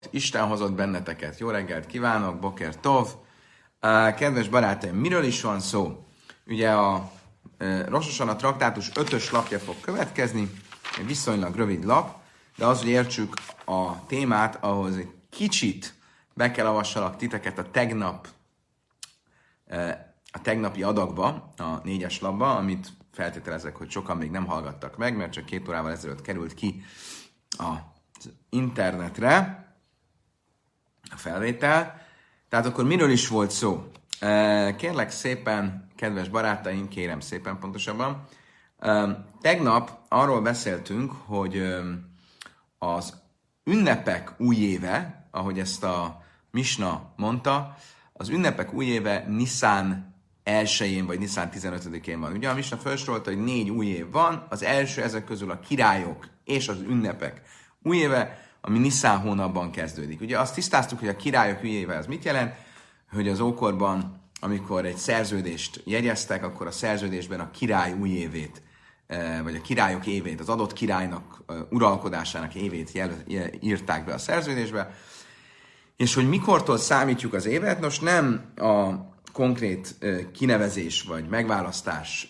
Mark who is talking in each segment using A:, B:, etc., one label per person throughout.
A: Isten hozott benneteket. Jó reggelt kívánok, Boker Tov. Kedves barátaim, miről is van szó? Ugye a Rosh Hashanah traktátus 5-ös lapja fog következni, egy viszonylag rövid lap, de az, hogy értsük a témát, ahhoz egy kicsit be kell avassalak titeket a tegnapi adagba, a 4-es lapba, amit feltételezek, hogy sokan még nem hallgattak meg, mert csak 2 órával ezelőtt került ki az internetre a felvétel. Tehát akkor miről is volt szó? Kérlek szépen, kedves barátaim, kérem szépen pontosabban. Tegnap arról beszéltünk, hogy az ünnepek új éve, ahogy ezt a Misna mondta, az ünnepek új éve Niszán 1-én vagy Niszán 15-én van. Ugye a Misna felsorolta, hogy 4 új év van, az első ezek közül a királyok és az ünnepek új éve, ami Niszán hónapban kezdődik. Ugye azt tisztáztuk, hogy a királyok új éve az mit jelent, hogy az ókorban, amikor egy szerződést jegyeztek, akkor a szerződésben a király új évét, vagy a királyok évét, az adott királynak uralkodásának évét írták be a szerződésbe, és hogy mikortól számítjuk az évet, most nem a konkrét kinevezés vagy megválasztás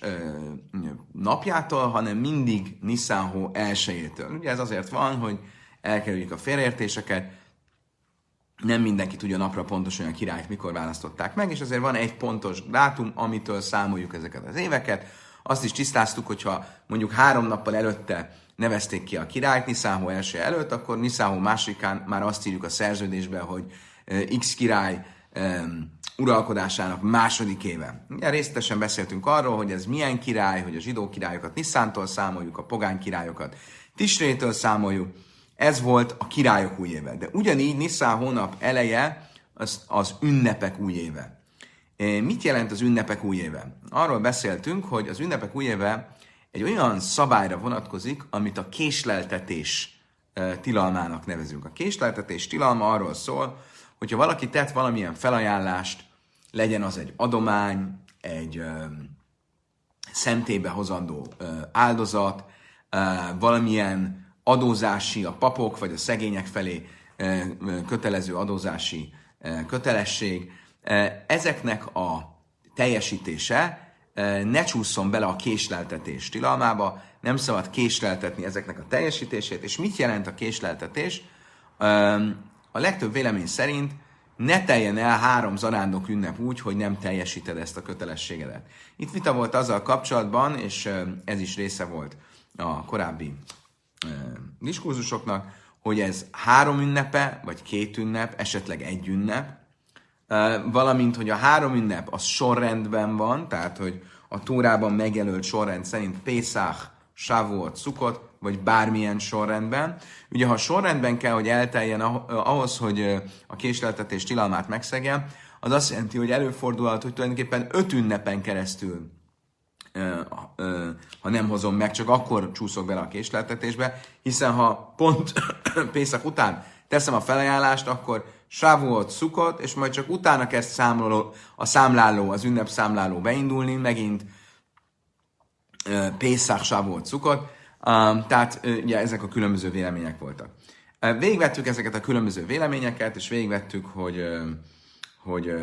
A: napjától, hanem mindig Niszán hó 1-től. Ugye ez azért van, hogy elkerüljük a félreértéseket, nem mindenki tudja napra pontosan, hogy a királyt mikor választották meg, és azért van egy pontos dátum, amitől számoljuk ezeket az éveket. Azt is tisztáztuk, hogyha mondjuk 3 nappal előtte nevezték ki a királyt, Niszán hó 1 előtt, akkor Niszán hó 2-án már azt írjuk a szerződésbe, hogy X király uralkodásának 2. éve. Ugye részletesen beszéltünk arról, hogy ez milyen király, hogy a zsidó királyokat Niszántól számoljuk, a pogány királyokat Tisrétől számoljuk. Ez volt a királyok új éve. De ugyanígy Niszán hónap eleje az ünnepek új éve. Mit jelent az ünnepek új éve? Arról beszéltünk, hogy az ünnepek új éve egy olyan szabályra vonatkozik, amit a késleltetés tilalmának nevezünk. A késleltetés tilalma arról szól, hogyha valaki tett valamilyen felajánlást, legyen az egy adomány, egy szentélybe hozandó áldozat, valamilyen adózási, a papok vagy a szegények felé kötelező adózási kötelesség, ezeknek a teljesítése ne csúszson bele a késleltetés tilalmába, nem szabad késleltetni ezeknek a teljesítését. És mit jelent a késleltetés? A legtöbb vélemény szerint ne teljen el 3 zarándok ünnep úgy, hogy nem teljesíted ezt a kötelességedet. Itt vita volt azzal kapcsolatban, és ez is része volt a korábbi diskurzusoknak, hogy ez 3 ünnepe, vagy 2 ünnep, esetleg 1 ünnep, valamint, hogy a 3 ünnep az sorrendben van, tehát, hogy a Tórában megjelölt sorrend szerint Pészach, Shavuot, Szukot, vagy bármilyen sorrendben. Ugye, ha sorrendben kell, hogy elteljen ahhoz, hogy a késleltetés tilalmát megszegjen, az azt jelenti, hogy előfordulhat, hogy tulajdonképpen 5 ünnepen keresztül ha nem hozom meg, csak akkor csúszok bele a késleltetésbe, hiszen ha pont Pészak után teszem a felajánlást, akkor Shavuot, Szukot, és majd csak utána kezd az ünnepszámláló beindulni, megint Pészak, Shavuot, Szukot, tehát ugye ezek a különböző vélemények voltak. Végigvettük ezeket a különböző véleményeket, és végigvettük, hogy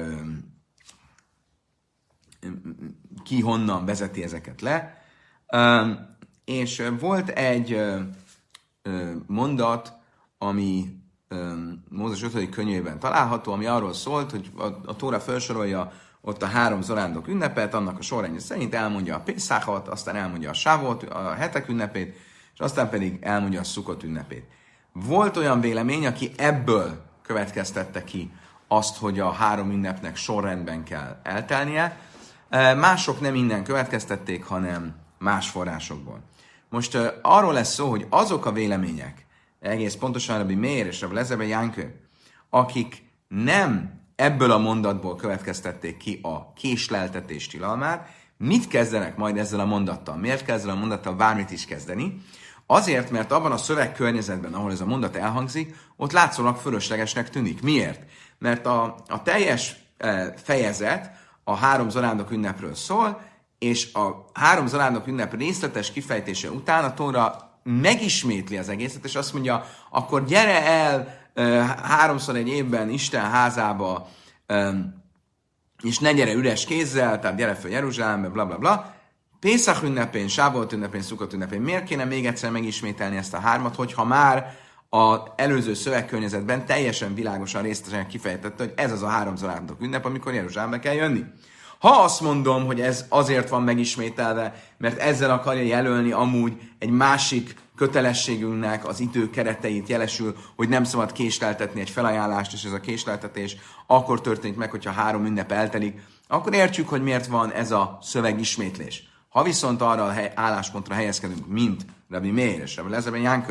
A: ki honnan vezeti ezeket le. És volt egy mondat, ami Mózes 5. könyvében található, ami arról szólt, hogy a Tóra felsorolja ott a 3 zarándok ünnepet, annak a sorrendje szerint elmondja a Pészáchat, aztán elmondja a Sávot, a hetek ünnepét, és aztán pedig elmondja a Szukot ünnepét. Volt olyan vélemény, aki ebből következtette ki azt, hogy a 3 ünnepnek sorrendben kell eltelnie. Mások nem innen következtették, hanem más forrásokból. Most arról lesz szó, hogy azok a vélemények, egész pontosan Rabbi Meir és Rabbi Eliezer ben Yankő, akik nem ebből a mondatból következtették ki a késleltetés tilalmát, mit kezdenek majd ezzel a mondattal? Miért kell ezzel a mondattal bármit is kezdeni? Azért, mert abban a szövegkörnyezetben, ahol ez a mondat elhangzik, ott látszólag fölöslegesnek tűnik. Miért? Mert a teljes fejezet a 3 zarándok ünnepről szól, és a 3 zarándok ünnep részletes kifejtése után a Tóra megismétli az egészet, és azt mondja, akkor gyere el háromszor egy évben Isten házába, és ne gyere üres kézzel, tehát gyere föl Jeruzsálembe, bla bla bla. Pészach ünnepén, Sávolt ünnepén, Szukot ünnepén. Miért kéne még egyszer megismételni ezt a hármat, hogyha már az előző szövegkörnyezetben teljesen világosan részletesen kifejtette, hogy ez az a 3 zarándok ünnep, amikor Jeruzsálembe kell jönni. Ha azt mondom, hogy ez azért van megismételve, mert ezzel akarja jelölni amúgy egy másik kötelességünknek az időkereteit, jelesül, hogy nem szabad késleltetni egy felajánlást, és ez a késleltetés akkor történik meg, hogyha 3 ünnep eltelik, akkor értjük, hogy miért van ez a szövegismétlés. Ha viszont arra a álláspontra helyezkedünk, mint Rabbi Meir és Rabbi Eliezer ben Yankel,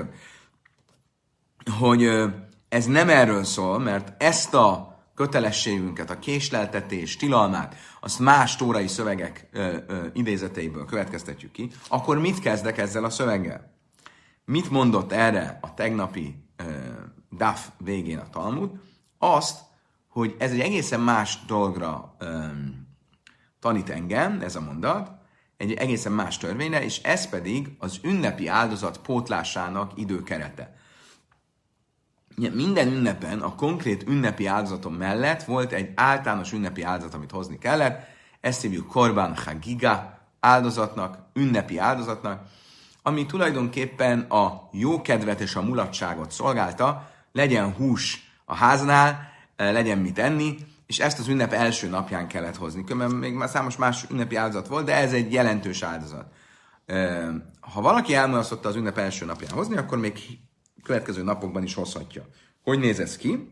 A: hogy ez nem erről szól, mert ezt a kötelességünket, a késleltetés, tilalmát, azt más tórai szövegek idézeteiből következtetjük ki, akkor mit kezdek ezzel a szöveggel? Mit mondott erre a tegnapi daf végén a Talmud? Azt, hogy ez egy egészen más dologra tanít engem, ez a mondat, egy egészen más törvényre, és ez pedig az ünnepi áldozat pótlásának időkerete. Minden ünnepen a konkrét ünnepi áldozatom mellett volt egy általános ünnepi áldozat, amit hozni kellett. Ezt hívjuk Korban Chagiga áldozatnak, ünnepi áldozatnak, ami tulajdonképpen a jókedvet és a mulatságot szolgálta, legyen hús a háznál, legyen mit enni, és ezt az ünnep első napján kellett hozni. Különben még már számos más ünnepi áldozat volt, de ez egy jelentős áldozat. Ha valaki elmulasztotta az ünnep első napján hozni, akkor még következő napokban is hozhatja. Hogy néz ez ki?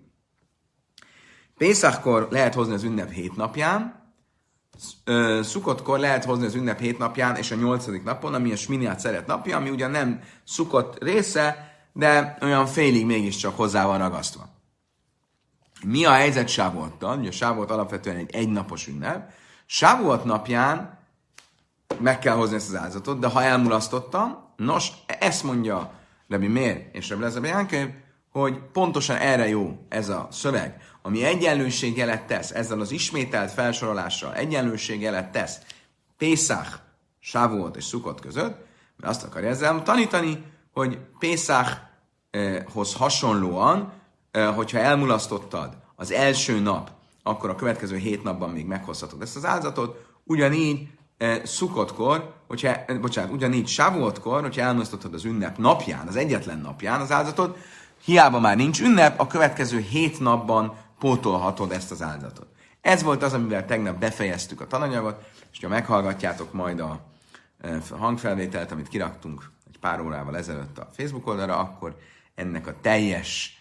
A: Pészachkor lehet hozni az ünnep 7 napján, Szukotkor lehet hozni az ünnep 7 napján és a 8. napon, ami a Sminiát szeret napja, ami ugyan nem Szukot része, de olyan félig mégiscsak hozzá van ragasztva. Mi a helyzet Sávolttal? Ugye Sávolt alapvetően egy egynapos ünnep. Sávolt napján meg kell hozni ezt az áldozatot, de ha elmulasztottam, nos, ezt mondja Rabbi Meir és Rabbi Eliezer ben Yankel, hogy pontosan erre jó ez a szöveg, ami egyenlőségjelet tesz, ezzel az ismételt felsorolással egyenlőségjelet tesz Pészach, Sávolt és Szukot között, mert azt akarja ezzel tanítani, hogy Pészachhoz hasonlóan, hogyha elmulasztottad az első nap, akkor a következő 7 napban még meghozhatod ezt az áldozatot, ugyanígy Szukotkor, ugyanígy Sávoltkor, hogyha elmulasztottad az ünnep napján, az egyetlen napján az áldozatot, hiába már nincs ünnep, a következő 7 napban pótolhatod ezt az áldozatot. Ez volt az, amivel tegnap befejeztük a tananyagot, és ha meghallgatjátok majd a hangfelvételt, amit kiraktunk egy pár órával ezelőtt a Facebook oldalra, akkor ennek a teljes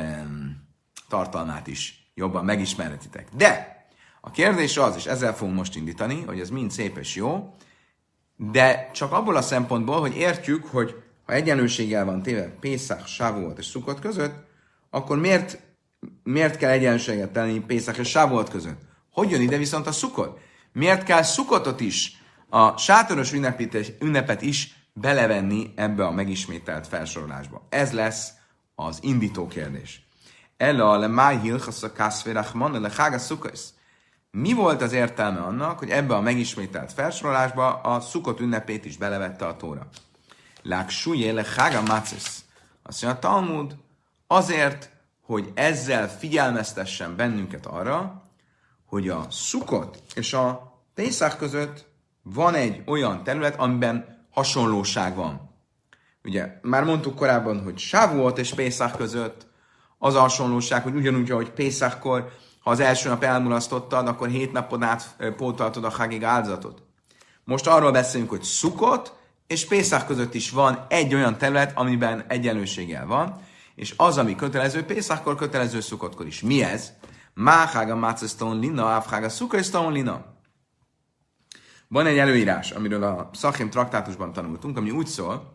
A: tartalmát is jobban megismerhetitek. De a kérdés az, és ezzel fogunk most indítani, hogy ez mind szép és jó, de csak abból a szempontból, hogy értjük, hogy ha egyenlőséggel van téve Pészach, Sávolt és Szukot között, akkor miért kell egyenlőséget tenni Pészach és Sávolt között? Hogy jön ide viszont a Szukot? Miért kell Szukotot is, a sátoros ünnepet is belevenni ebbe a megismételt felsorolásba? Ez lesz az indító kérdés. Ella le máj hilchasz a kászférachman le chága szukasz. Mi volt az értelme annak, hogy ebbe a megismételt felsorolásba a Szukot ünnepét is belevette a Tóra? Láksújé le chága mácesz. Azt mondja a Talmud, azért, hogy ezzel figyelmeztessen bennünket arra, hogy a Szukot és a Pészach között van egy olyan terület, amiben hasonlóság van. Ugye, már mondtuk korábban, hogy Sávuot és Pészach között az a hasonlóság, hogy ugyanúgy, ahogy Pészachkor, ha az első nap elmulasztottad, akkor 7 napon át pótoltad a Hagig áldozatot. Most arról beszélünk, hogy Szukot és Pészach között is van egy olyan terület, amiben egyenlőséggel van, és az, ami kötelező Pészachkor, kötelező Szukotkor is. Mi ez? Máhága mácesztón lina, áfhága szukasztón lina. Van egy előírás, amiről a Szachim traktátusban tanultunk, ami úgy szól,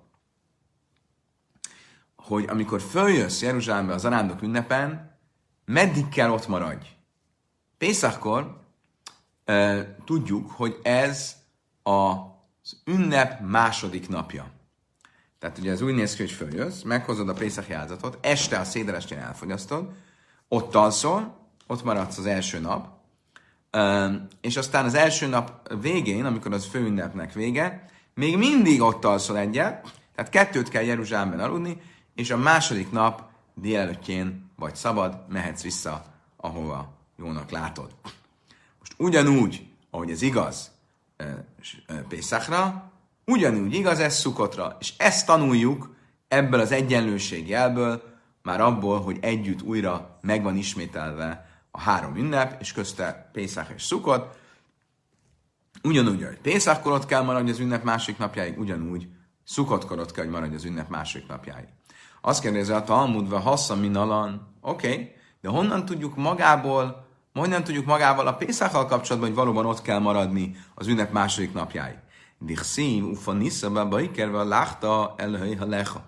A: hogy amikor följössz Jeruzsálembe az arándok ünnepen, meddig kell ott maradj? Pészachkor tudjuk, hogy ez az ünnep második napja. Tehát ugye ez úgy néz ki, hogy följössz, meghozod a Pészachi áldozatot, este a széderestén elfogyasztod, ott alszol, ott maradsz az első nap, és aztán az első nap végén, amikor az főünnepnek vége, még mindig ott alszol egyet, tehát 2 kell Jeruzsálemben aludni, és a második nap délelőttjén vagy szabad, mehetsz vissza, ahova jónak látod. Most ugyanúgy, ahogy ez igaz Pészachra, ugyanúgy igaz ez Szukotra, és ezt tanuljuk ebből az egyenlőségjelből, már abból, hogy együtt újra megvan ismételve a 3 ünnep, és közte Pészach és Szukot. Ugyanúgy, hogy Pészachkor ott kell maradni az ünnep másik napjáig, ugyanúgy Szukotkor ott kell, hogy maradni az ünnep másik napjáig. Azt kérdezi a Talmudva, hassza minalan, oké, de honnan tudjuk magával a Pészachal kapcsolatban, hogy valóban ott kell maradni az ünnep második napjáig. Dichszív, ufa nisza, baba ikerve a láhta, elhőj ha leha.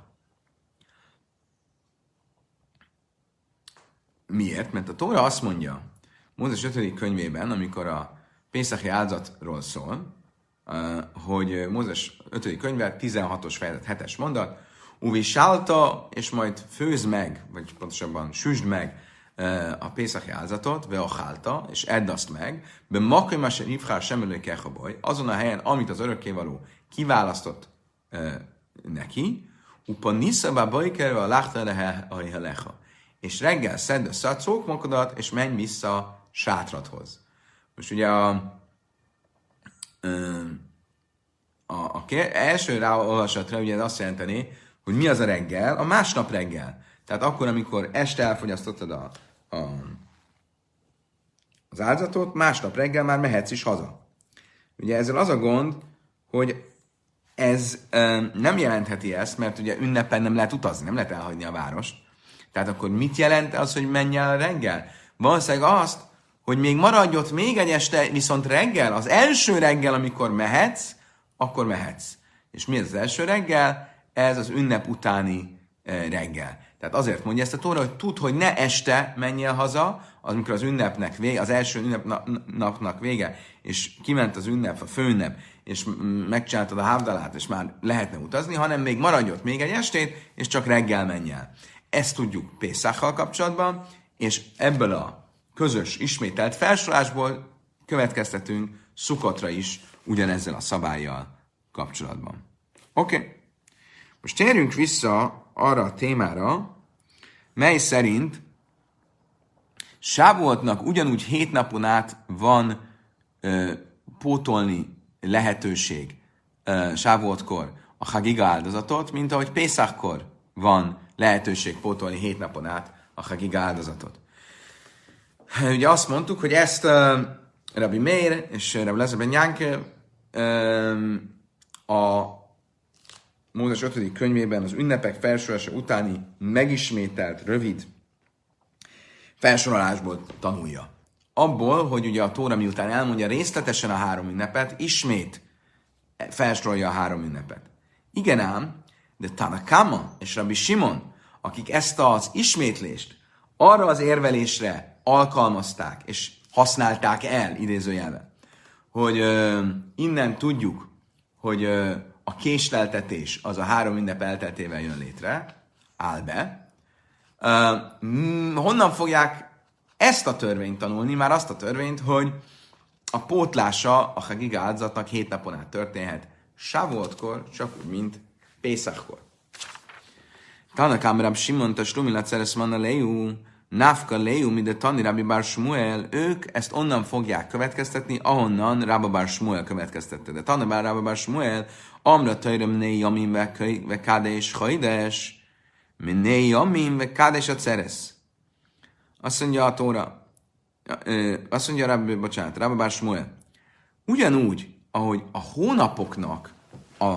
A: Miért? Mert a Tóra azt mondja, Mózes 5. könyvében, amikor a Pészachi áldozatról szól, hogy Mózes 5. könyve 16-os fejezet 7-es mondat, Uvi sálta, és majd főzd meg, vagy pontosabban süsd meg a Pészachi áldozatot, veachálta, és edd azt meg, be makimase rivhár semelő kechabaj, azon a helyen, amit az örökkévaló kiválasztott neki, upa niszabá bajkerve a láhta leha. És reggel szedd össze a cókmokodat, és menj vissza sátradhoz. Most ugye a első ráolvasatra ugye azt jelenteni, hogy mi az a reggel, a másnap reggel. Tehát akkor, amikor este elfogyasztottad az áldozatot, másnap reggel már mehetsz is haza. Ugye ezzel az a gond, hogy ez nem jelentheti ezt, mert ugye ünnepen nem lehet utazni, nem lehet elhagyni a várost. Tehát akkor mit jelent az, hogy menj el reggel? Valószínűleg azt, hogy még maradj ott még egy este, viszont reggel, az első reggel, amikor mehetsz, akkor mehetsz. És mi ez az első reggel? Ez az ünnep utáni reggel. Tehát azért mondja ezt a Tóra, hogy tudd, hogy ne este menjél haza, amikor az ünnepnek vége, az első ünnepnapnak vége, és kiment az ünnep, a főünnep, és megcsináltad a hávdalát, és már lehetne utazni, hanem még maradj ott még egy estét, és csak reggel menj el. Ezt tudjuk Pészachal kapcsolatban, és ebből a közös ismételt felsorolásból következtetünk Szukotra is ugyanezzel a szabállyal kapcsolatban. Oké. Most térjünk vissza arra a témára, mely szerint Sávuotnak ugyanúgy 7 napon át van pótolni lehetőség Sávuotkor a Chagiga áldozatot, mint ahogy Pészachkor van lehetőség pótolni 7 napon át a Chagiga áldozatot. Ugye azt mondtuk, hogy ezt Rabbi Meir és Rabbi Eliezer ben Yankel a Mózes 5. könyvében az ünnepek felsorolása utáni megismételt, rövid felsorolásból tanulja. Abból, hogy ugye a Tóra miután elmondja részletesen a 3 ünnepet, ismét felsorolja a 3 ünnepet. Igen ám, de Tanakama és Rabbi Simon, akik ezt az ismétlést arra az érvelésre alkalmazták és használták el, idézőjelben, hogy innen tudjuk, hogy a késleltetés az a 3 ünnep elteltével jön létre, áll be. Honnan fogják ezt a törvényt tanulni? Már azt a törvényt, hogy a pótlása a Chagiga áldozatnak 7 napon át történhet Sávuotkor, csak úgy, mint Pészachkor. Tanakám Rab Simon, Taslumi Laceres Manna Leju, Nafka Leju, mide Tani Rabbi Bar Shmuel, ők ezt onnan fogják következtetni, ahonnan Rabbi Bar Shmuel következtette. De Tanabár Rabbi Bar Shmuel, Amra Tajrem Nei Yamim ve Kádés Hajdes, Nei Yamim ve Kádés a Ceres. Azt mondja a Tóra, azt mondja Rabbi Bar Shmuel, ugyanúgy, ahogy a hónapoknak a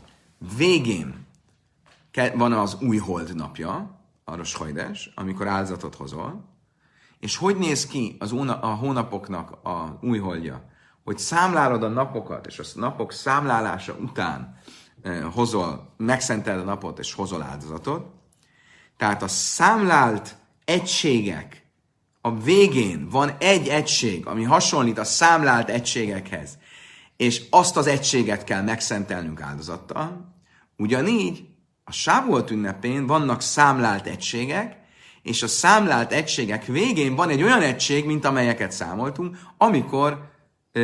A: végén van az új hold napja, a Rosh Hajdes, amikor áldozatot hozol, és hogy néz ki a hónapoknak a új holdja, hogy számlálod a napokat, és a napok számlálása után megszenteled a napot, és hozol áldozatot. Tehát a számlált egységek, a végén van egy egység, ami hasonlít a számlált egységekhez, és azt az egységet kell megszentelnünk áldozattal. Ugyanígy a Sávuot ünnepén vannak számlált egységek, és a számlált egységek végén van egy olyan egység, mint amelyeket számoltunk, amikor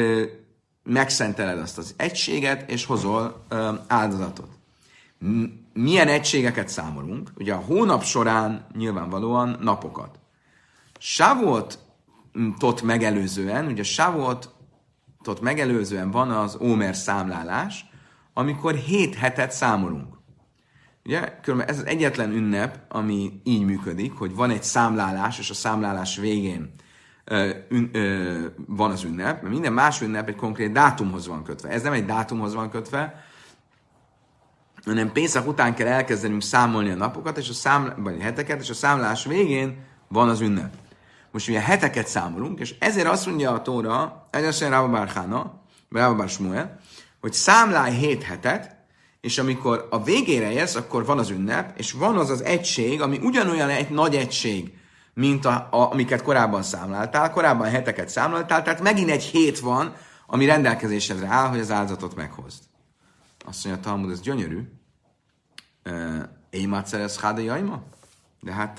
A: megszenteled azt az egységet, és hozol áldozatot. milyen egységeket számolunk? Ugye a hónap során nyilvánvalóan napokat. Sávotot megelőzően, ugye Sávotot megelőzően van az Ómer számlálás, amikor 7 hetet számolunk. Ugye, ez az egyetlen ünnep, ami így működik, hogy van egy számlálás, és a számlálás végén van az ünnep, mert minden más ünnep egy konkrét dátumhoz van kötve. Ez nem egy dátumhoz van kötve, hanem Pészak után kell elkezdenünk számolni a napokat, vagy a heteket, és a számlálás végén van az ünnep. Most ugye heteket számolunk, és ezért azt mondja a Tóra, egyenesen Rába Bár Hána, Rába Bár Smuel, hogy számlálj 7 hetet, és amikor a végére érsz, akkor van az ünnep, és van az az egység, ami ugyanolyan egy nagy egység, mint amiket korábban számláltál, korábban heteket számláltál, tehát megint egy 7 van, ami rendelkezésedre áll, hogy az áldozatot meghozd. Azt mondja a Talmud, ez gyönyörű. Éjmátszer ez háda jajma? De hát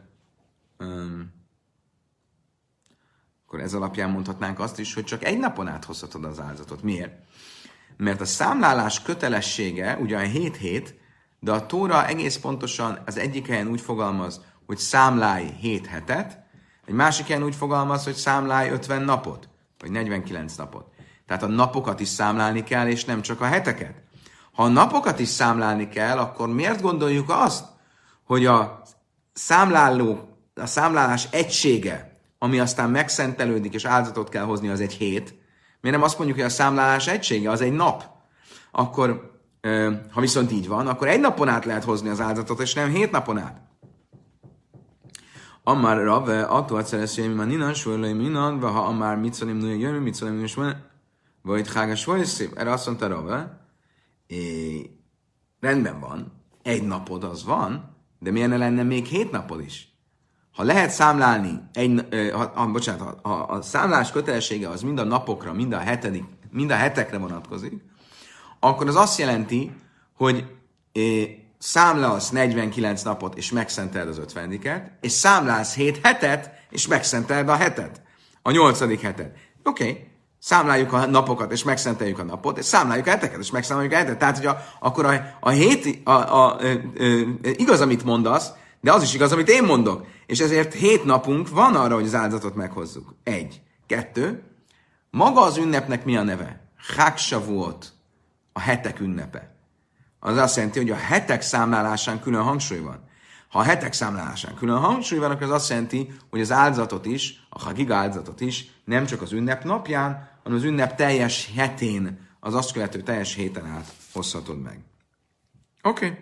A: akkor ez alapján mondhatnánk azt is, hogy csak egy napon át hozhatod az áldozatot. Miért? Mert a számlálás kötelessége ugyan 7 hét, de a Tóra egész pontosan az egyik helyen úgy fogalmaz, hogy számlálj 7 hetet, egy másik helyen úgy fogalmaz, hogy számlálj 50 napot, vagy 49 napot. Tehát a napokat is számlálni kell, és nem csak a heteket. Ha a napokat is számlálni kell, akkor miért gondoljuk azt, hogy a számlálás egysége, ami aztán megszentelődik, és áldozatot kell hozni, az egy 7, miért nem azt mondjuk, hogy a számlálás egysége az egy nap? Akkor, ha viszont így van, akkor egy napon át lehet hozni az áldozatot, és nem 7 napon át. Amár Rave, attól egyszerűen, hogy man inan, svörlőim inan, ha amár mitzolim nője jöjjön, mitzolim nője jöjjön, vagy hágas vagy szép. Erre azt mondta Rave, rendben van, egy napod az van, de miért ne lenne még 7 napod is? Ha lehet számlálni, ha a számlás kötelessége az mind a napokra, mind a hetekre vonatkozik, akkor az azt jelenti, hogy számlálsz 49 napot, és megszenteled az 50-et, és számlálsz 7 hetet, és megszenteled a hetet, a 8. hetet. Oké, számláljuk a napokat, és megszenteljük a napot, és számláljuk a heteket, és megszámoljuk a hetet. Tehát, hogy akkor a hét, igaz, amit mondasz, de az is igaz, amit én mondok. És ezért 7 napunk van arra, hogy az áldozatot meghozzuk. 1. 2. Maga az ünnepnek mi a neve? Chag Shavuot, a hetek ünnepe. Az azt jelenti, hogy a hetek számlálásán külön hangsúly van. Ha a hetek számlálásán külön hangsúly van, akkor az azt jelenti, hogy az áldozatot is, a Hagiga áldozatot is nem csak az ünnep napján, hanem az ünnep teljes hetén, az azt követő teljes héten át hozhatod meg. Oké.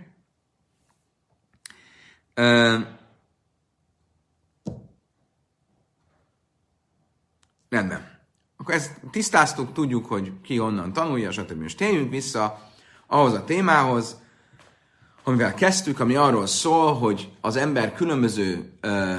A: Rendben. Akkor ezt tisztáztuk, tudjuk, hogy ki onnan tanulja, stb. Most térjünk vissza ahhoz a témához, amivel kezdtük, ami arról szól, hogy az ember különböző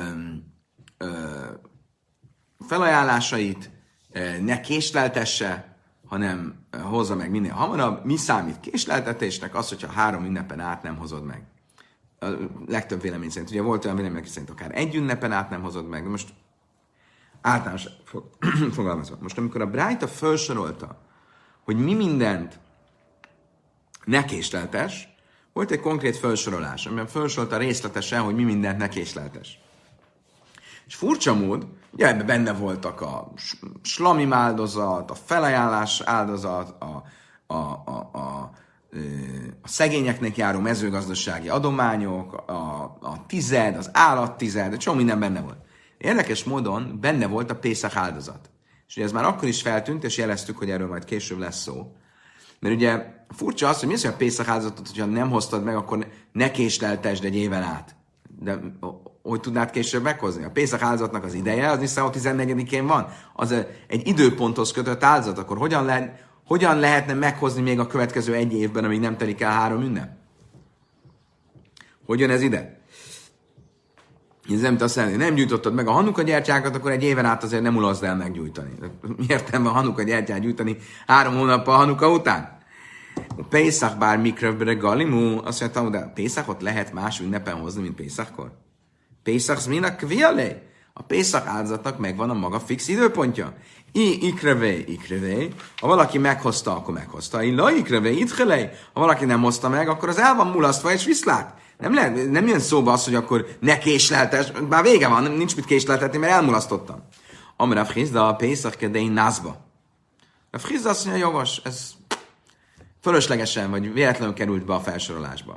A: felajánlásait ne késleltesse, hanem hozza meg minél hamarabb. Mi számít késleltetésnek? Az, hogyha 3 ünnepen át nem hozod meg. A legtöbb vélemény szerint. Ugye volt olyan vélemény szerint akár 1 ünnepen át nem hozod meg. Most általános fogalmazva. Most amikor a Brájta felsorolta, hogy mi mindent ne késleltes, volt egy konkrét felsorolás, amiben felsorolta részletesen, hogy mi mindent ne késleltes. És furcsa mód, ugye ebben benne voltak a slamim áldozat, a felajánlás áldozat, a szegényeknek járó mezőgazdasági adományok, a tized, az állattized, csomó minden benne volt. Érdekes módon benne volt a Pészak áldozat. És ugye ez már akkor is feltűnt, és jeleztük, hogy erről majd később lesz szó. Mert ugye furcsa az, hogy mi az, hogy a Pészak áldozatot, hogyha nem hoztad meg, akkor ne késleltesd egy éven át. De hogy tudnád később meghozni? A Pészak áldozatnak az ideje, az Nisztán 14-én van. Az egy időponthoz kötött áldozat, akkor hogyan lehetne meghozni még a következő 1 évben, amíg nem telik el 3 ünnep? Hogy jön ez ide? Ez nem azt jelenti, nem gyújtottad meg a Hanuka gyertyákat, akkor 1 éven át azért nem ulazd el meggyújtani. Miért nem a Hanuka gyertyát gyújtani 3 hónappal a Hanuka után? A Pészak bár mikrövbre galimú, azt mondtam, de a Pészakot lehet más ünnepen hozni, mint Pészakkor. Pészak zminak kvialé. A Pészak áldozatnak megvan a maga fix időpontja. Ikrevé. Ha valaki meghozta, akkor meghozta. Ikrevé, itchelej. Ha valaki nem hozta meg, akkor az el van mulasztva és viszlát. Nem jön szóba az, hogy akkor ne késleltes, bár vége van, nincs mit késleltetni, mert elmulasztottam. Amire a Frizda a Pészak kedei názba. A Frizda azt mondja, jogos, ez fölöslegesen, vagy véletlenül került be a felsorolásba.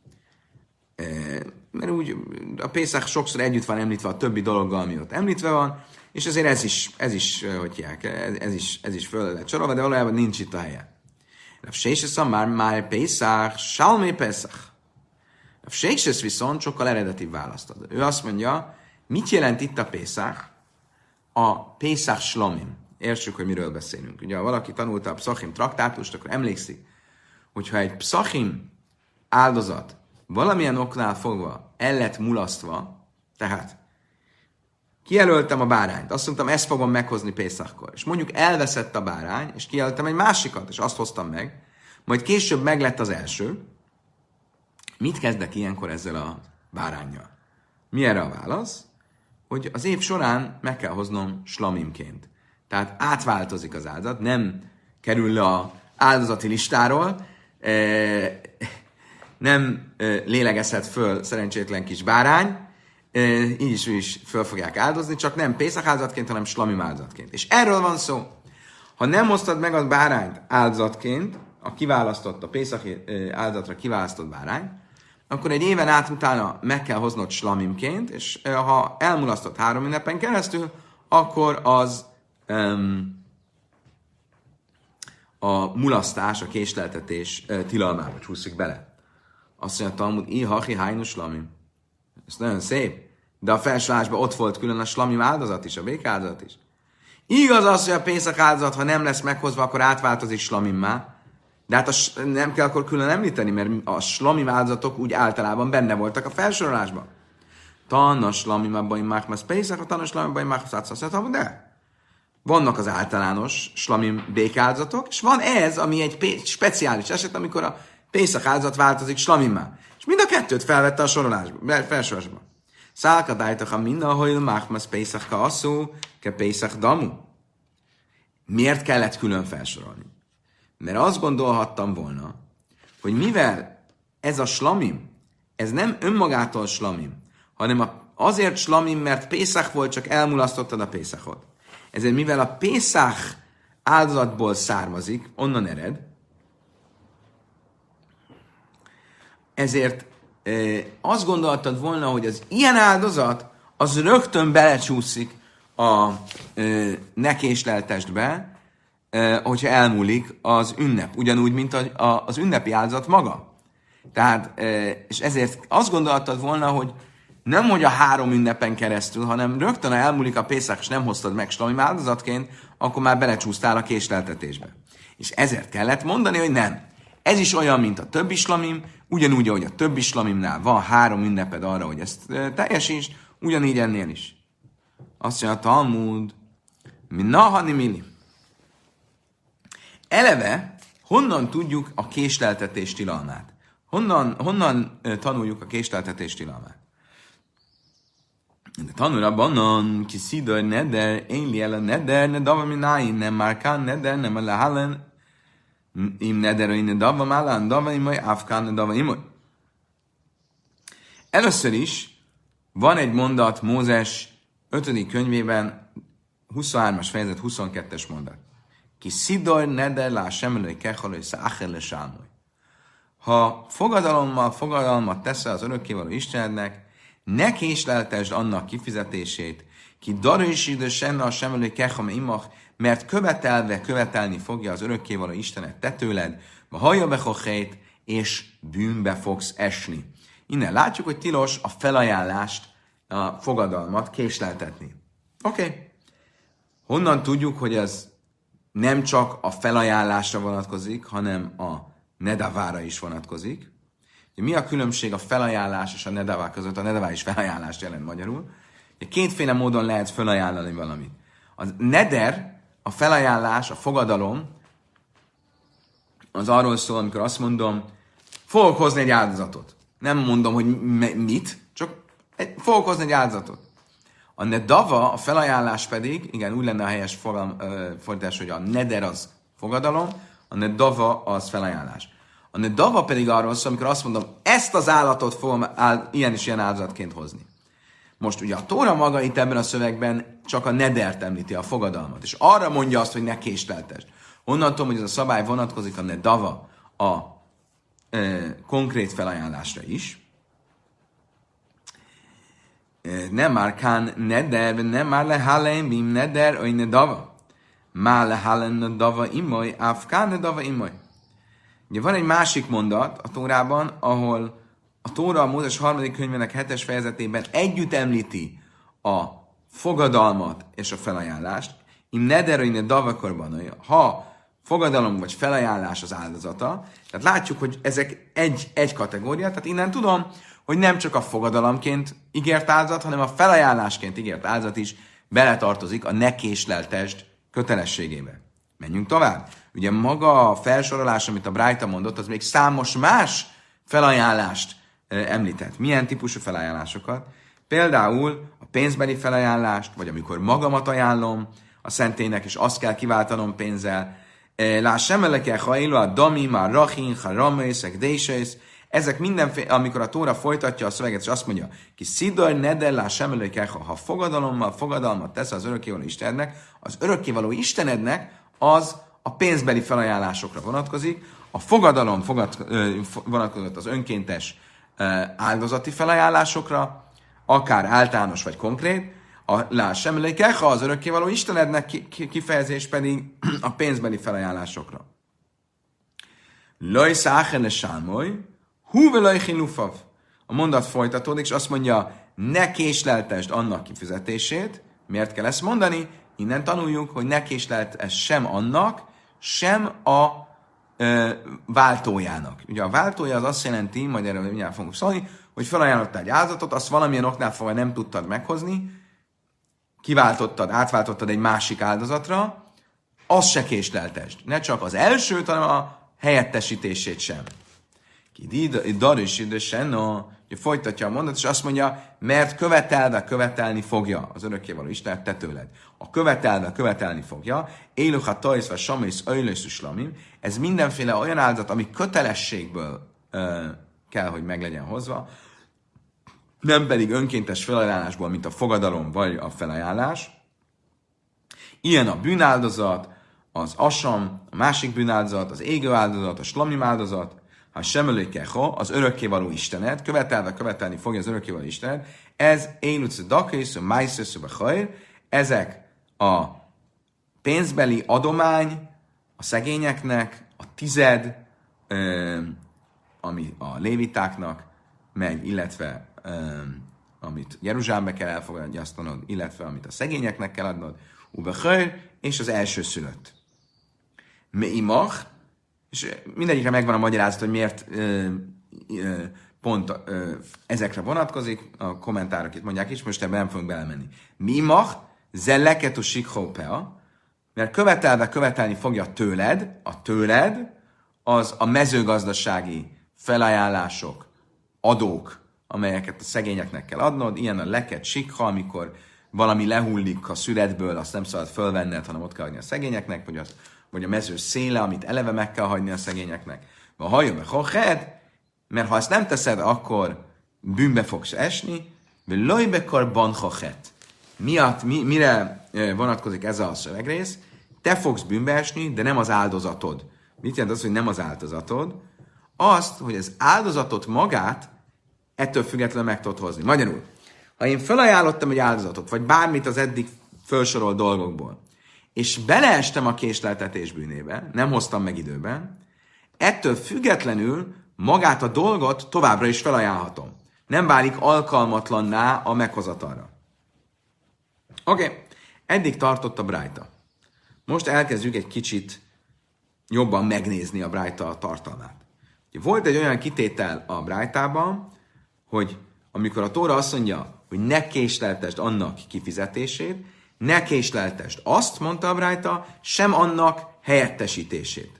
A: Mert úgy a Pészak sokszor együtt van említve a többi dologgal, ami ott említve van, és ezért ez is föl lehet sorolva, de valójában nincs itt a helye. A Séses már Pészak, Salmé Pészak. A Séses viszont sokkal eredetibb választ ad. Ő azt mondja, mit jelent itt a Pészak? A Pészak Slomim. Értsük, hogy miről beszélünk. Ugye, ha valaki tanulta a Pszachim traktátust, akkor emlékszik, hogyha egy Pszachim áldozat valamilyen oknál fogva el lett mulasztva, tehát kijelöltem a bárányt, azt mondtam, ezt fogom meghozni Pészakkor, és mondjuk elveszett a bárány, és kijelöltem egy másikat, és azt hoztam meg, majd később meglett az első, mit kezdek ilyenkor ezzel a báránnyal? Mi erre a válasz? Hogy az év során meg kell hoznom slamimként. Tehát átváltozik az áldozat, nem kerül le az áldozati listáról, nem lélegezhet föl szerencsétlen kis bárány, így is föl fogják áldozni, csak nem Pészak áldozatként, hanem slamim áldozatként. És erről van szó. Ha nem hoztad meg a bárányt áldozatként, a Pészak áldozatra kiválasztott bárány, akkor egy éven át utána meg kell hoznod slamimként, és ha elmulasztott 3 ünnepen keresztül, akkor az a mulasztás, a késleltetés tilalmába csúszik bele. Azt mondja a Talmud, hachi hájnu slamim. Ez nagyon szép, de a felsorolásban ott volt külön a slamim áldozat is, a békáldozat is. Igaz az, hogy a Pészak áldozat, ha nem lesz meghozva, akkor átváltozik slamimmá, de hát nem kell akkor külön említeni, mert a slamim áldozatok úgy általában benne voltak a felsorolásban. Tanna slamim abban mákmasz Pészak, a tanna slamim abban mákmasz átszaszoltam, de vannak az általános slamim békáldozatok, és van ez, ami egy speciális eset, amikor a Pészak áldozat változik slamimmá. És mind a kettőt felvette a felsorolásba. Szálkadájtak a mindenhol mákmasz Pészak asszú, ke Pészak damu. Miért kellett külön felsorolni? Mert azt gondolhattam volna, hogy mivel ez a slamim, ez nem önmagától slamim, hanem azért slamim, mert Pészak volt, csak elmulasztottad a Pészakot. Ezért mivel a Pészak áldozatból származik, onnan ered, ezért azt gondoltad volna, hogy az ilyen áldozat, az rögtön belecsúszik a nekésleltestbe, hogyha elmúlik az ünnep. Ugyanúgy, mint az ünnepi áldozat maga. Tehát, és ezért azt gondoltad volna, hogy nem, hogy a 3 ünnepen keresztül, hanem rögtön, ha elmúlik a Pészak, és nem hoztad meg slamim áldozatként, akkor már belecsúsztál a késleltetésbe. És ezért kellett mondani, hogy nem. Ez is olyan, mint a többi slamim, ugyanúgy, ahogy a többi slamimnál van 3 ünneped arra, hogy ezt teljesítsd, ugyanígy ennél is. Azt mondja a Talmud, mi nahani mili. Eleve, honnan tudjuk a késleltetés tilalmát? Honnan tanuljuk a késleltetés tilalmát? De tanulra bannan, ki szidaj neder, én liel a neder, ne dava mi náin, nem márkán neder, nem a lehalen, im neder, ne dava málán, dava imaj, afkán, ne dava imaj. Először is van egy mondat Mózes 5. könyvében, 23-as fejezet, 22-es mondat. Ki szidaj neder, lá semmelői kechalői, száchele sámoly. Ha fogadalmat teszel az örökkévaló Istenednek, ne késleltesd annak kifizetését, ki darősídő semme a semmelői kechame imach, mert követelni fogja az örökkévaló Istenet te tőled, va hallja bechochét, és bűnbe fogsz esni. Innen látjuk, hogy tilos a felajánlást, a fogadalmat késleltetni. Oké. Honnan tudjuk, hogy ez nem csak a felajánlásra vonatkozik, hanem a nedavára is vonatkozik. Mi a különbség a felajánlás és a nedavá között? A nedavá is felajánlást jelent magyarul. Kétféle módon lehet felajánlani valamit. A neder, a felajánlás, a fogadalom, az arról szól, amikor azt mondom, fogok hozni egy áldozatot. Nem mondom, hogy mit, csak fogok hozni egy áldozatot. A nedava, a felajánlás pedig, igen, úgy lenne a helyes fordítás, hogy a neder az fogadalom, a nedava az felajánlás. A nedava pedig arról szól, amikor azt mondom, ezt az állatot fogom ilyen és ilyen áldozatként hozni. Most ugye a Tóra maga itt ebben a szövegben csak a nedert említi, a fogadalmat, és arra mondja azt, hogy ne késleltesd. Honnan tudom, hogy ez a szabály vonatkozik a nedava a konkrét felajánlásra is. Nem már kán neder, nem már lehálem bim neder, oly nedava. Már lehálem nedava imoly, áfkán nedava imoly. Ugye van egy másik mondat a Tórában, ahol a Tóra a Mózes 3. könyvének 7. fejezetében együtt említi a fogadalmat és a felajánlást. Im neder, oly nedava korban, ha fogadalom vagy felajánlás az áldozata. Tehát látjuk, hogy ezek egy kategória, tehát innen tudom, hogy nem csak a fogadalomként ígért áldozat, hanem a felajánlásként ígért áldozat is beletartozik a ne késleltesd kötelességébe. Menjünk tovább. Ugye maga a felsorolás, amit a Brájta mondott, az még számos más felajánlást említett. Milyen típusú felajánlásokat? Például a pénzbeli felajánlást, vagy amikor magamat ajánlom a szentélynek, és azt kell kiváltanom pénzzel. Lássem eleke, ha élő a dami, már rachin, ha ramészek, désész. Ezek mindenféle, amikor a Tóra folytatja a szöveget, és azt mondja, ki szidaj, nedel, lássem eleke, ha fogadalmat tesz az örökkévaló Istenednek, az örökkévaló Istenednek az a pénzbeli felajánlásokra vonatkozik. A fogadalom vonatkozott az önkéntes áldozati felajánlásokra, akár általános vagy konkrét, a lássem eleke, az örökkévaló Istenednek kifejezés pedig a pénzbeli felajánlásokra. Loj száchene sámoly, húvelajhin lufav. A mondat folytatódik, és azt mondja, ne késleltesd annak kifizetését. Miért kell ezt mondani? Innen tanuljuk, hogy ne késleltesd sem annak, sem a váltójának. Ugye a váltója az azt jelenti, majd erről mindjárt fogunk szólni, hogy felajánlottál egy áldozatot, azt valamilyen oknál fogva nem tudtad meghozni, átváltottad egy másik áldozatra, azt se késleltesd. Ne csak az elsőt, hanem a helyettesítését sem. Daris idesen, folytatja a mondat, és azt mondja, mert követelni fogja az örökkévaló Isten te tőled. A követelni fogja, éluha tajszva samész öjlőszű lamim, ez mindenféle olyan áldozat, ami kötelességből kell, hogy meg legyen hozva, nem pedig önkéntes felajánlásból, mint a fogadalom vagy a felajánlás. Ilyen a bűnáldozat, az asam, a másik bűnáldozat, az égő áldozat, a slamim áldozat, ha semmelőkeho, az örökkévaló Istened, követelni fogja az örökkévaló Istened, ez éluc dakész, májszösz, ezek a pénzbeli adomány a szegényeknek, a tized, ami a lévitáknak megy, illetve amit Jeruzsálembe kell elfogadjasztanod, illetve amit a szegényeknek kell adnod, és az elsőszülött. Meimach, és mindegyikre megvan a magyarázat, hogy miért pont ezekre vonatkozik, a kommentárok itt mondják is, most ebben nem fogunk belemenni. Meimach, zelleketu sikhópea, mert követelni fogja tőled, a tőled, az a mezőgazdasági felajánlások, adók, amelyeket a szegényeknek kell adnod, ilyen a leket sikha, amikor valami lehullik a szüretből, azt nem szabad fölvenned, hanem ott kell adni a szegényeknek, vagy a mező széle, amit eleve meg kell hagyni a szegényeknek. Ha halljon be hoched, mert ha ezt nem teszed, akkor bűnbe fogsz esni, vagy lojbekar banhochet. Mire vonatkozik ez a szövegrész? Te fogsz bűnbe esni, de nem az áldozatod. Mit jelent az, hogy nem az áldozatod? Azt, hogy az áldozatot magát ettől függetlenül meg tudod hozni. Magyarul, ha én felajánlottam egy áldozatot, vagy bármit az eddig felsorolt dolgokból, és beleestem a késleltetés bűnébe, nem hoztam meg időben, ettől függetlenül magát a dolgot továbbra is felajánlhatom. Nem válik alkalmatlanná a meghozatalra. Oké, eddig tartott a brájta. Most elkezdjük egy kicsit jobban megnézni a brájta tartalmát. Volt egy olyan kitétel a brájtában, hogy amikor a Tóra azt mondja, hogy ne késleltesd annak kifizetését, ne késleltesd azt, mondta a brájta, sem annak helyettesítését.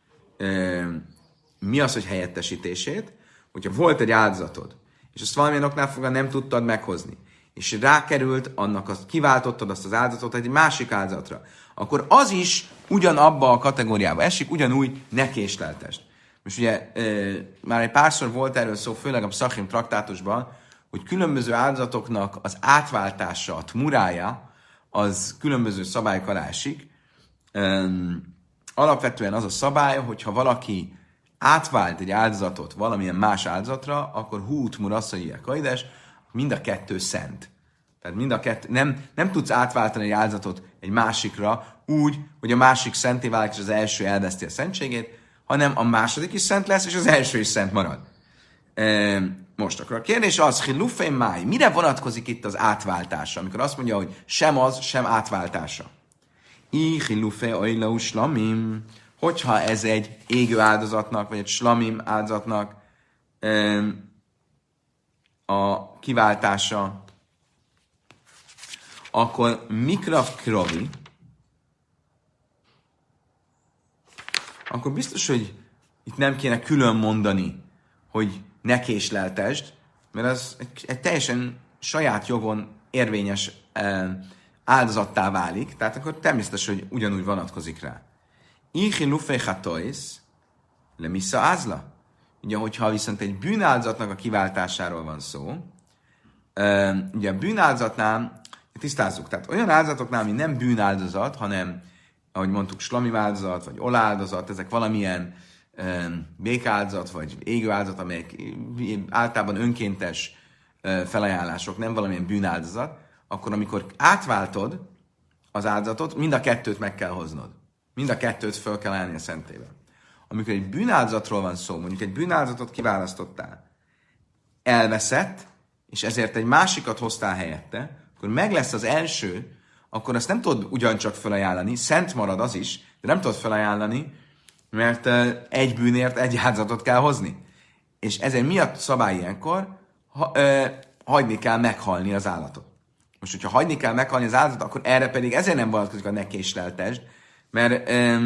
A: Mi az, hogy helyettesítését? Hogyha volt egy áldozatod, és azt valamilyen oknál fogva nem tudtad meghozni, és rákerült, kiváltottad azt az áldozatot egy másik áldozatra, akkor az is ugyanabba a kategóriába esik, ugyanúgy ne késleltest. Most ugye már egy párszor volt erről szó, főleg a Pszachim traktátusban, hogy különböző áldozatoknak az átváltása, a tmurája, az különböző szabályok alá esik. Alapvetően az a szabály, hogyha valaki átvált egy áldozatot valamilyen más áldozatra, akkor hút murasszai kaides, mind a kettő szent. Tehát mind a kettő, nem tudsz átváltani egy áldozatot egy másikra úgy, hogy a másik szenté válik, és az első elveszti a szentségét, hanem a második is szent lesz, és az első is szent marad. Most akkor a kérdés az, hilufé máj, mire vonatkozik itt az átváltása, amikor azt mondja, hogy sem az, sem átváltása. Hilufé oilau slamim, hogyha ez egy égő áldozatnak, vagy egy slamim áldozatnak a kiváltása, akkor mikraf krovi, akkor biztos, hogy itt nem kéne külön mondani, hogy ne késleltesd, mert az egy teljesen saját jogon érvényes áldozattá válik, tehát akkor természetes, hogy ugyanúgy vonatkozik rá. Ichi lufei hatois, le missa ázla. Ugye, hogyha viszont egy bűnáldozatnak a kiváltásáról van szó, ugye a bűnáldozatnál, tisztázzuk, tehát olyan áldozatoknál, ami nem bűnáldozat, hanem, ahogy mondtuk, slamim áldozat, vagy oláldozat, ezek valamilyen békáldozat, vagy égő áldozat, amelyek általában önkéntes felajánlások, nem valamilyen bűnáldozat, akkor amikor átváltod az áldozatot, mind a kettőt meg kell hoznod. Mind a kettőt föl kell állni a szentébe. Amikor egy bűnáldozatról van szó, mondjuk egy bűnáldozatot kiválasztottál, elveszett, és ezért egy másikat hoztál helyette, akkor meg lesz az első, akkor azt nem tudod ugyancsak felajánlani, szent marad az is, de nem tudod felajánlani, mert egy bűnért egy áldozatot kell hozni. És ezért miatt szabály ilyenkor, hagyni kell meghalni az állatot. Most, hogyha hagyni kell meghalni az áldozatot, akkor erre pedig ezért nem vonatkozik a ne késleltesd, mert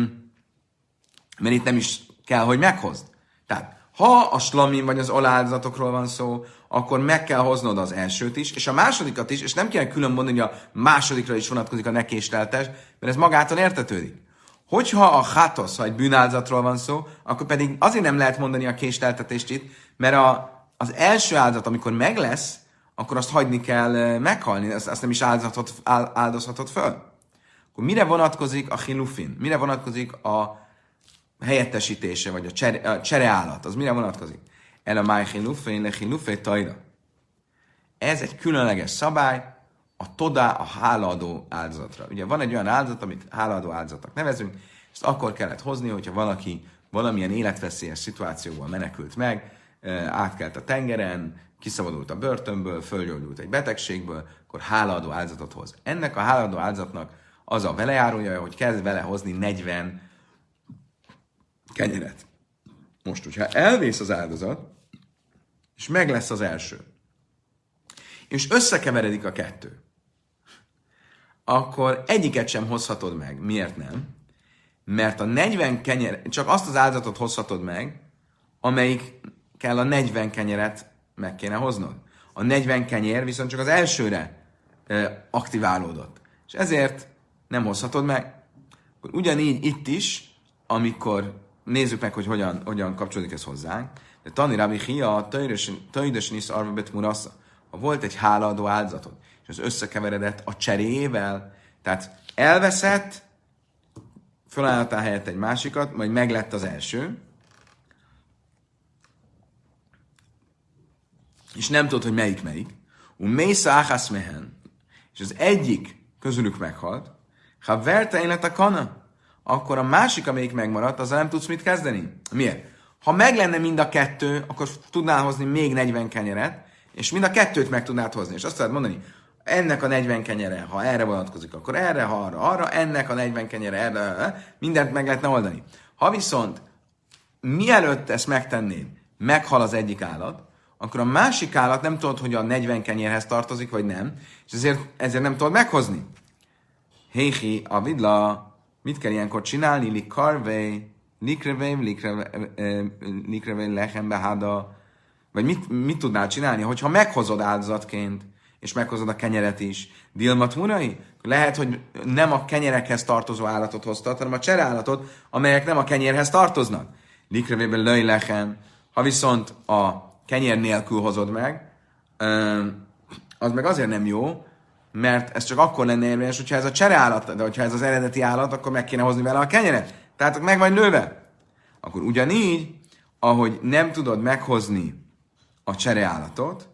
A: itt nem is kell, hogy meghozd. Tehát, ha a slamim vagy az oláldozatokról van szó, akkor meg kell hoznod az elsőt is, és a másodikat is, és nem kell külön mondani, hogy a másodikra is vonatkozik a ne késleltesd, mert ez magától értetődik. Hogyha a hátosz, ha egy bűnáldozatról van szó, akkor pedig azért nem lehet mondani a késleltetést itt, mert az első áldozat, amikor meg lesz, akkor azt hagyni kell meghalni, azt nem is áldozhatod föl. Akkor mire vonatkozik a hilufin? Mire vonatkozik a helyettesítése, vagy a csereállat? Az mire vonatkozik? El a máj hilufin, le hilufé tajra. Ez egy különleges szabály, a todá, a hálaadó áldozatra. Ugye van egy olyan áldozat, amit hálaadó áldozatnak nevezünk, ezt akkor kellett hozni, hogyha valaki valamilyen életveszélyes szituációból menekült meg, átkelt a tengeren, kiszabadult a börtönből, fölgyógyult egy betegségből, akkor hálaadó áldozatot hoz. Ennek a hálaadó áldozatnak az a velejárója, hogy kezd vele hozni 40 kenyeret. Most, hogyha elvész az áldozat, és meg lesz az első, és összekeveredik a kettő, akkor egyiket sem hozhatod meg. Miért nem? Mert a 40 kenyer, csak azt az áldozatot hozhatod meg, amelyik kell a 40 kenyeret meg kéne hoznod. A 40 kenyer viszont csak az elsőre aktiválódott. És ezért nem hozhatod meg. Akkor ugyanígy itt is, amikor nézzük meg, hogy hogyan kapcsolódik ez hozzánk, de Tani Rabbi Chia, Töjdes Nisz Arvabet Murassa, ha volt egy hálaadó áldozatot, és az összekeveredett a cseréjével, tehát elveszett, felálltál helyett egy másikat, majd meglett az első, és nem tudod, hogy melyik. Mésza áhász mehen, és az egyik közülük meghalt, ha verte élet a kana, akkor a másik, amelyik megmaradt, azzal nem tudsz mit kezdeni. Miért? Ha meg lenne mind a kettő, akkor tudnál hozni még 40 kenyeret, és mind a kettőt meg tudnád hozni. És azt tudod mondani, ennek a 40 kenyere, ha erre vonatkozik, akkor erre, ha arra, ennek a 40 kenyere, erre, mindent meg lehetne oldani. Ha viszont mielőtt ezt megtennéd, meghal az egyik állat, akkor a másik állat nem tudod, hogy a 40 kenyérhez tartozik, vagy nem, és ezért nem tudod meghozni. Héhi, a vidla, mit kell ilyenkor csinálni? Likrevé, lehembe, háda, vagy mit tudnál csinálni, hogyha meghozod áldozatként, és meghozod a kenyeret is. Dilmat murai? Lehet, hogy nem a kenyerekhez tartozó állatot hoztad, hanem a csereállatot, amelyek nem a kenyérhez tartoznak. Likrevében löjlechem, ha viszont a kenyér nélkül hozod meg, az meg azért nem jó, mert ez csak akkor lenne érvényes, hogyha ez a csereállat, de hogyha ez az eredeti állat, akkor meg kéne hozni vele a kenyeret. Tehát meg vagy lőve. Akkor ugyanígy, ahogy nem tudod meghozni a csereállatot,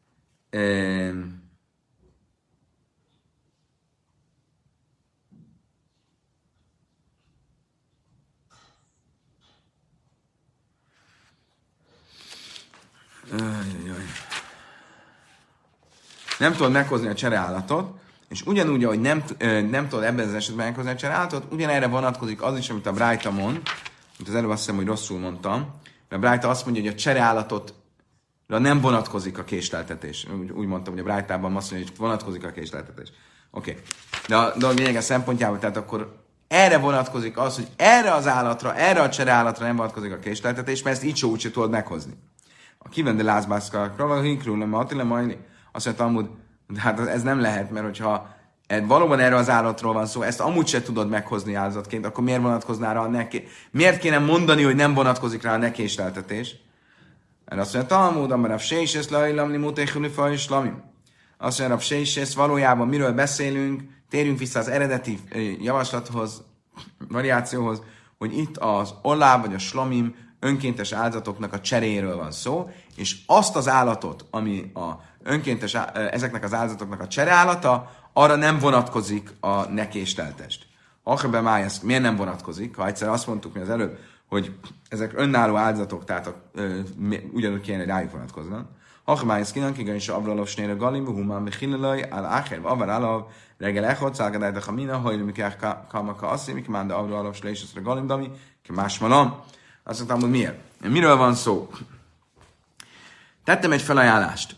A: nem tudod meghozni a csereállatot, és ugyanúgy, ahogy nem tudod ebben az esetben meghozni a csereállatot, ugyanerre vonatkozik az is, amit a Brájta mond, amit az előbb azt hiszem, hogy rosszul mondtam, mert a Brájta azt mondja, hogy a csereállatottra nem vonatkozik a késleltetés. Úgy mondtam, hogy a Brájtában azt mondja, hogy vonatkozik a késleltetés. Oké. De a dolog lényege szempontjából, tehát akkor erre vonatkozik az, hogy erre az állatra, erre a csereállatra nem vonatkozik a késleltetés, mert ezt így úgy sem tudod meghozni. A kivende lázbászkakra, hinkrül, Attila majni, azt mondja, amúgy, de hát ez nem lehet, mert hogyha valóban erről az állatról van szó, ezt amúgy se tudod meghozni áldozatként, akkor miért vonatkozná rá a neki? Miért kéne mondani, hogy nem vonatkozik rá a nekésleltetés? Mert azt mondja, Talmud, amarav seises lajlamni mutéchuli fajislamim. Azt mondja, Rav Seises, valójában miről beszélünk, térjünk vissza az eredeti javaslathoz, variációhoz, hogy itt az oláv vagy a slamim önkéntes áldozatoknak a cseréről van szó, és azt az állatot, ami a önkéntes, ezeknek az áldozatoknak a csereállata, arra nem vonatkozik a nekésleltest. Achebe májesz, miért nem vonatkozik? Ha egyszer azt mondtuk mi az előbb, hogy ezek önálló áldozatok, tehát ugyanúgy kéne rájuk vonatkoznak. Achebe májesz kinak, igen, és abralov snére galimbu, humán, mechilelaj, áll ácher, avar állav, reggel echot, szálgadály, de hamina, hajlő, mikák, kamaka, asszi, mikimán, de abralov slésuszra galimdami, ki más malam. Azt mondtam, hogy miért? Miről van szó? Tettem egy felajánlást,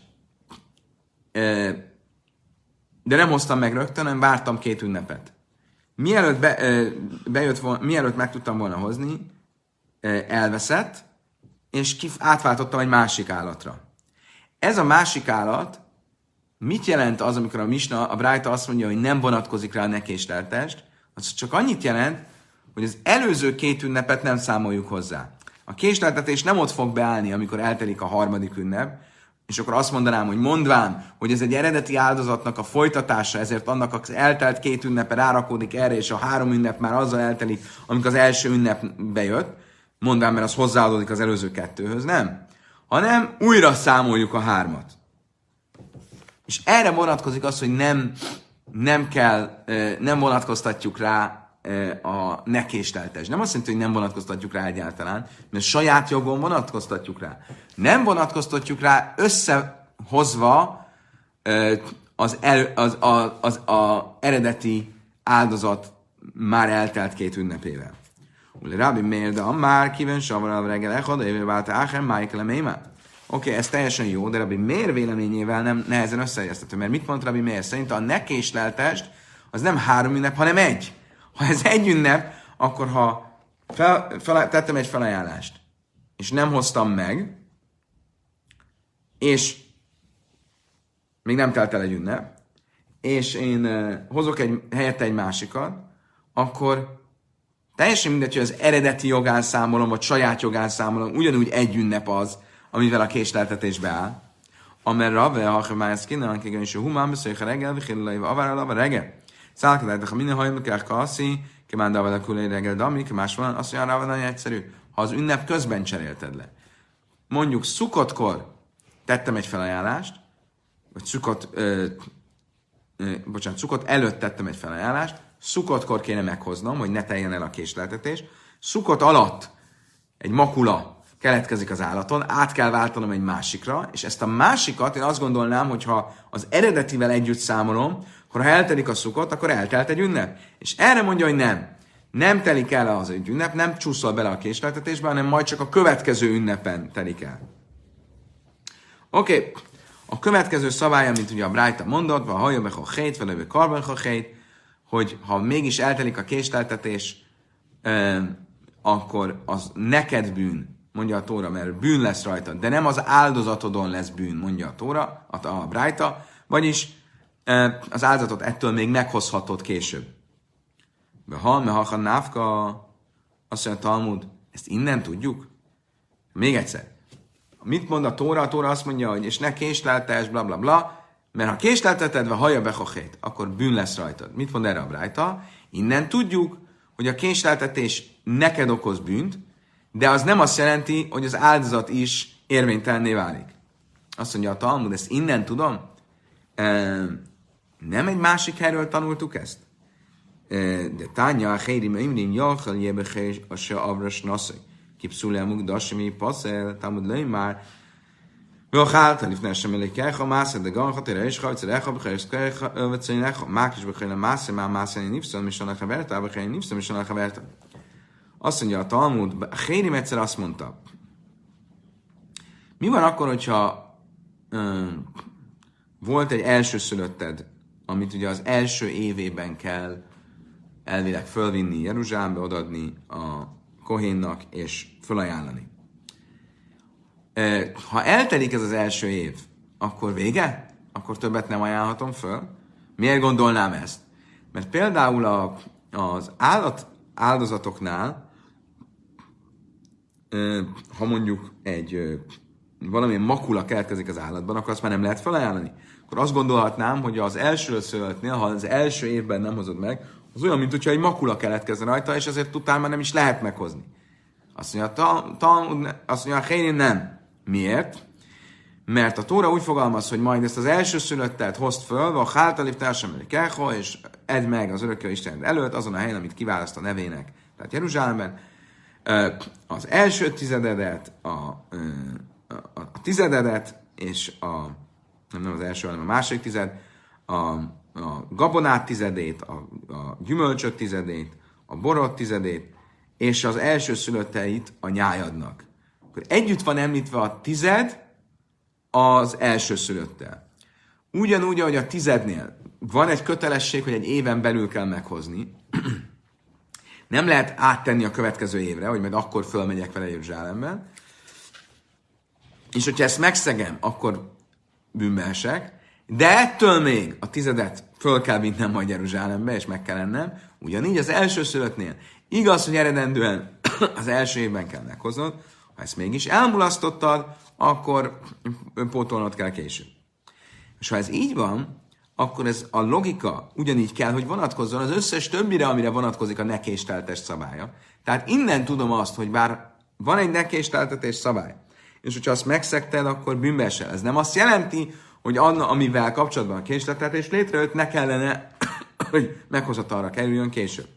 A: de nem hoztam meg rögtön, hanem vártam 2 ünnepet. Mielőtt meg tudtam volna hozni, elveszett, és átváltottam egy másik állatra. Ez a másik állat, mit jelent az, amikor a Misna, a Brájta azt mondja, hogy nem vonatkozik rá a nekésleltest? Az csak annyit jelent, hogy az előző 2 ünnepet nem számoljuk hozzá. A késleltetés nem ott fog beállni, amikor eltelik a 3. ünnep, és akkor azt mondanám, hogy mondván, hogy ez egy eredeti áldozatnak a folytatása, ezért annak az eltelt 2 ünnepe rárakódik erre, és a 3 ünnep már azzal eltelik, amikor az első ünnep bejött, mondván, mert az hozzáadódik az előző 2-höz, nem. Hanem újra számoljuk a 3-at. És erre vonatkozik az, hogy nem vonatkoztatjuk rá a nekésleltes. Nem azt jelenti, hogy nem vonatkoztatjuk rá egyáltalán, mert saját jogon vonatkoztatjuk rá. Nem vonatkoztatjuk rá összehozva az eredeti áldozat már eltelt 2 ünnepével. Rabbi Meir, de már kíván savarral reggel echad, éve vált áchem, májkele mémá. Oké, ez teljesen jó, de Rabbi Meir véleményével nem nehezen összeegyeztető. Mert mit mond Rabbi Meir? Szerint a nekésleltest az nem 3 ünnep, hanem 1. Ha ez 1 ünnep, akkor ha tettem egy felajánlást, és nem hoztam meg, és még nem telt el egy ünnep, és én hozok helyette egy másikat, akkor teljesen mindegy, hogy az eredeti jogán számolom, vagy saját jogán számolom, ugyanúgy 1 ünnep az, amivel a késleltetésbe áll. Amerra, ve ha májsz kinnen, kigön is a humán, beszélj a reggel, vichillaiva, aváralava reggel. Szálkadály, de ha minden hajmikák kaszi, kimándával a kulai reggel, de amik más van, azt mondja, rá van nagyon egyszerű. Ha az ünnep közben cserélted le. Mondjuk Szukkotkor tettem egy felajánlást, vagy Szukkot előtt tettem egy felajánlást, Szukkotkor kéne meghoznom, hogy ne teljen el a késleltetés. Szukkot alatt egy makula keletkezik az állaton, át kell váltanom egy másikra, és ezt a másikat én azt gondolnám, hogy ha az eredetivel együtt számolom, akkor ha eltelik a Szukkot, akkor eltelt egy ünnep. És erre mondja, hogy nem. Nem telik el az egy ünnep, nem csúszol bele a késleltetésbe, hanem majd csak a következő ünnepen telik el. Oké. A következő szabálya, mint ugye a Brájta mondott, van hajjabek a hét, velőbe karbank a hét, hogy ha mégis eltelik a késleltetés, akkor az neked bűn, mondja a Tóra, mert bűn lesz rajta, de nem az áldozatodon lesz bűn, mondja a Tóra, a Brájta, Vagyis az áldozatot ettől még meghozhatod később. Ha návka, azt mondja a Talmud, ezt innen tudjuk? Még egyszer. Mit mond a Tóra? A Tóra azt mondja, hogy és ne késleltes, bla bla bla, mert ha késlelteted, haja bechachét, akkor bűn lesz rajtad. Mit mond erre a brájta? Innen tudjuk, hogy a késleltetés neked okoz bűnt, de az nem azt jelenti, hogy az áldozat is érvénytelenné válik. Azt mondja a Talmud, ezt innen tudom? Nem egy másik helyről tanultuk ezt? De tánya a hérim imrim jachal jebechés a se avras naszai. Kipszulja mugdasimi passzel, Talmud leim már. Vachálta lifne sem elekecha, mászed de ganhatére és hajcerecha, becherecha, övetszeinecha, mák is becherecha, mászed, már mászeni nipszal, és annak a verta, becherecha nipszal, és annak a verta. Azt mondja a Talmud, a hérim egyszer azt mondta, mi van akkor, hogyha volt egy elsőszülötted, amit ugye az első évében kell elvileg fölvinni Jeruzsálembe, odaadni a kohénnak és fölajánlani. Ha eltelik ez az első év, akkor vége? Akkor többet nem ajánlhatom föl? Miért gondolnám ezt? Mert például az áldozatoknál, ha mondjuk valamilyen makula keletkezik az állatban, akkor azt már nem lehet felajánlani. Akkor azt gondolhatnám, hogy az elsőszülöttnél, ha az első évben nem hozod meg, az olyan, mint hogyha egy makula keletkezne rajta, és ezért utána már nem is lehet meghozni. Azt mondja, a Hérim nem. Miért? Mert a Tóra úgy fogalmaz, hogy majd ezt az elsőszülöttet hozd föl, a háltalif társameli keho, és edd meg az örökké Isten előtt, azon a helyen, amit kiválaszt a nevének, tehát Jeruzsálemben, az első tizededet, a tizededet, és nem az első, hanem a második tized, a gabonát tizedét, a gyümölcsöt tizedét, a borot tizedét, és az első szülötteit a nyájadnak. Akkor együtt van említve a tized az első szülöttel. Ugyanúgy, ahogy a tizednél van egy kötelesség, hogy egy éven belül kell meghozni, nem lehet áttenni a következő évre, hogy majd akkor fölmegyek vele Jeruzsálemben, és hogyha ezt megszegem, akkor bűnbe esek, de ettől még a tizedet föl kell vinnem majd Jeruzsálembe, és meg kell ennem. Ugyanígy az elsőszülöttnél igaz, hogy eredendően az első évben kell meghoznod, ha ezt mégis elmulasztottad, akkor pótolnod kell később. És ha ez így van, akkor ez a logika ugyanígy kell, hogy vonatkozzon az összes többire, amire vonatkozik a ne késleltetés szabálya. Tehát innen tudom azt, hogy bár van egy ne késleltetés szabály, és hogyha azt megszegted, akkor bűnbe esel. Ez nem azt jelenti, hogy amivel kapcsolatban a késleltetés létrejött, ne kellene, hogy meghozatalra kerüljön később.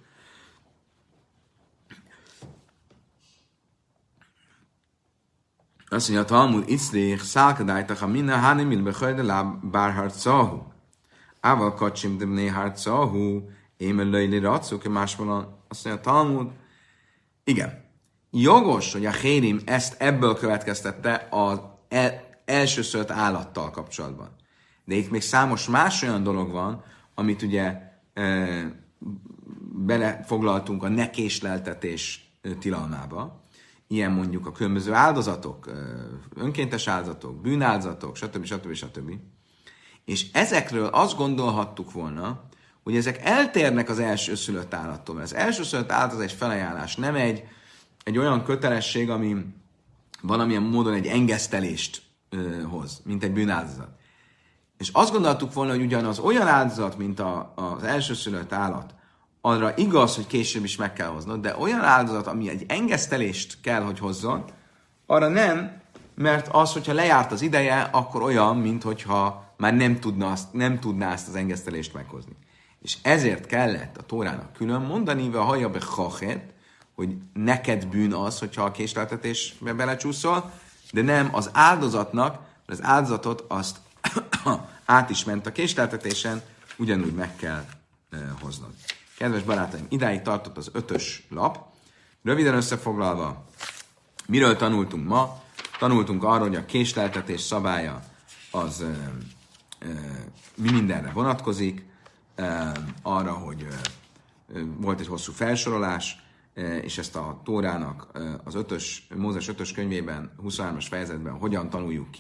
A: Azt mondja, a Talmud, Itzrich, szálkadájtak, a minden hánimil behajde láb bárharcahu. Ával kacsim de néharcahu, émel löjli racuk, máshol azt mondja, a Talmud, igen, jogos, hogy a Hérim ezt ebből következtette az elsőszült állattal kapcsolatban. De itt még számos más olyan dolog van, amit ugye belefoglaltunk a ne késleltetés tilalmába. Ilyen mondjuk a különböző áldozatok, önkéntes áldozatok, bűnáldozatok, stb. És ezekről azt gondolhattuk volna, hogy ezek eltérnek az elsőszülött állattól. Mert az elsőszülött állat az egy felajánlás, nem egy olyan kötelesség, ami valamilyen módon egy engesztelést hoz, mint egy bűnáldozat. És azt gondoltuk volna, hogy ugyanaz olyan áldozat, mint az elsőszülött állat, arra igaz, hogy később is meg kell hoznod, de olyan áldozat, ami egy engesztelést kell, hogy hozzon, arra nem, mert az, hogyha lejárt az ideje, akkor olyan, mint hogyha már nem tudná ezt az engesztelést meghozni. És ezért kellett a Tórának külön mondani, a haja be chachet, hogy neked bűn az, hogyha a késleltetésbe belecsúszol, de nem az áldozatnak, mert az áldozatot azt át is ment a késleltetésen, ugyanúgy meg kell hoznod. Kedves barátaim, idáig tartott az 5-ös lap. Röviden összefoglalva, miről tanultunk ma? Tanultunk arról, hogy a késleltetés szabálya az mi mindenre vonatkozik, arra, hogy volt egy hosszú felsorolás, és ezt a Tórának az Mózes 5-ös könyvében, 23-as fejezetben hogyan tanuljuk ki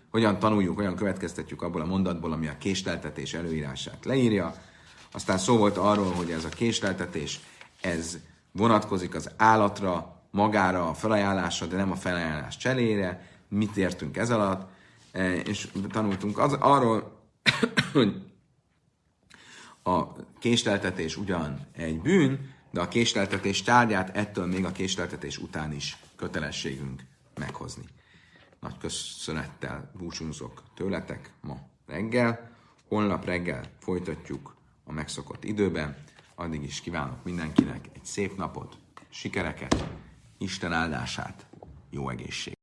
A: hogyan tanuljuk, hogyan következtetjük abból a mondatból, ami a késleltetés előírását leírja. Aztán szó volt arról, hogy ez a késleltetés, ez vonatkozik az állatra, magára, a felajánlásra, de nem a felajánlás cserére. Mit értünk ez alatt? És tanultunk arról, hogy a késleltetés ugyan egy bűn, de a késleltetés tárgyát ettől még a késleltetés után is kötelességünk meghozni. Nagy köszönettel búcsúzok tőletek ma reggel. Holnap reggel folytatjuk a megszokott időben. Addig is kívánok mindenkinek egy szép napot, sikereket, Isten áldását, jó egészséget!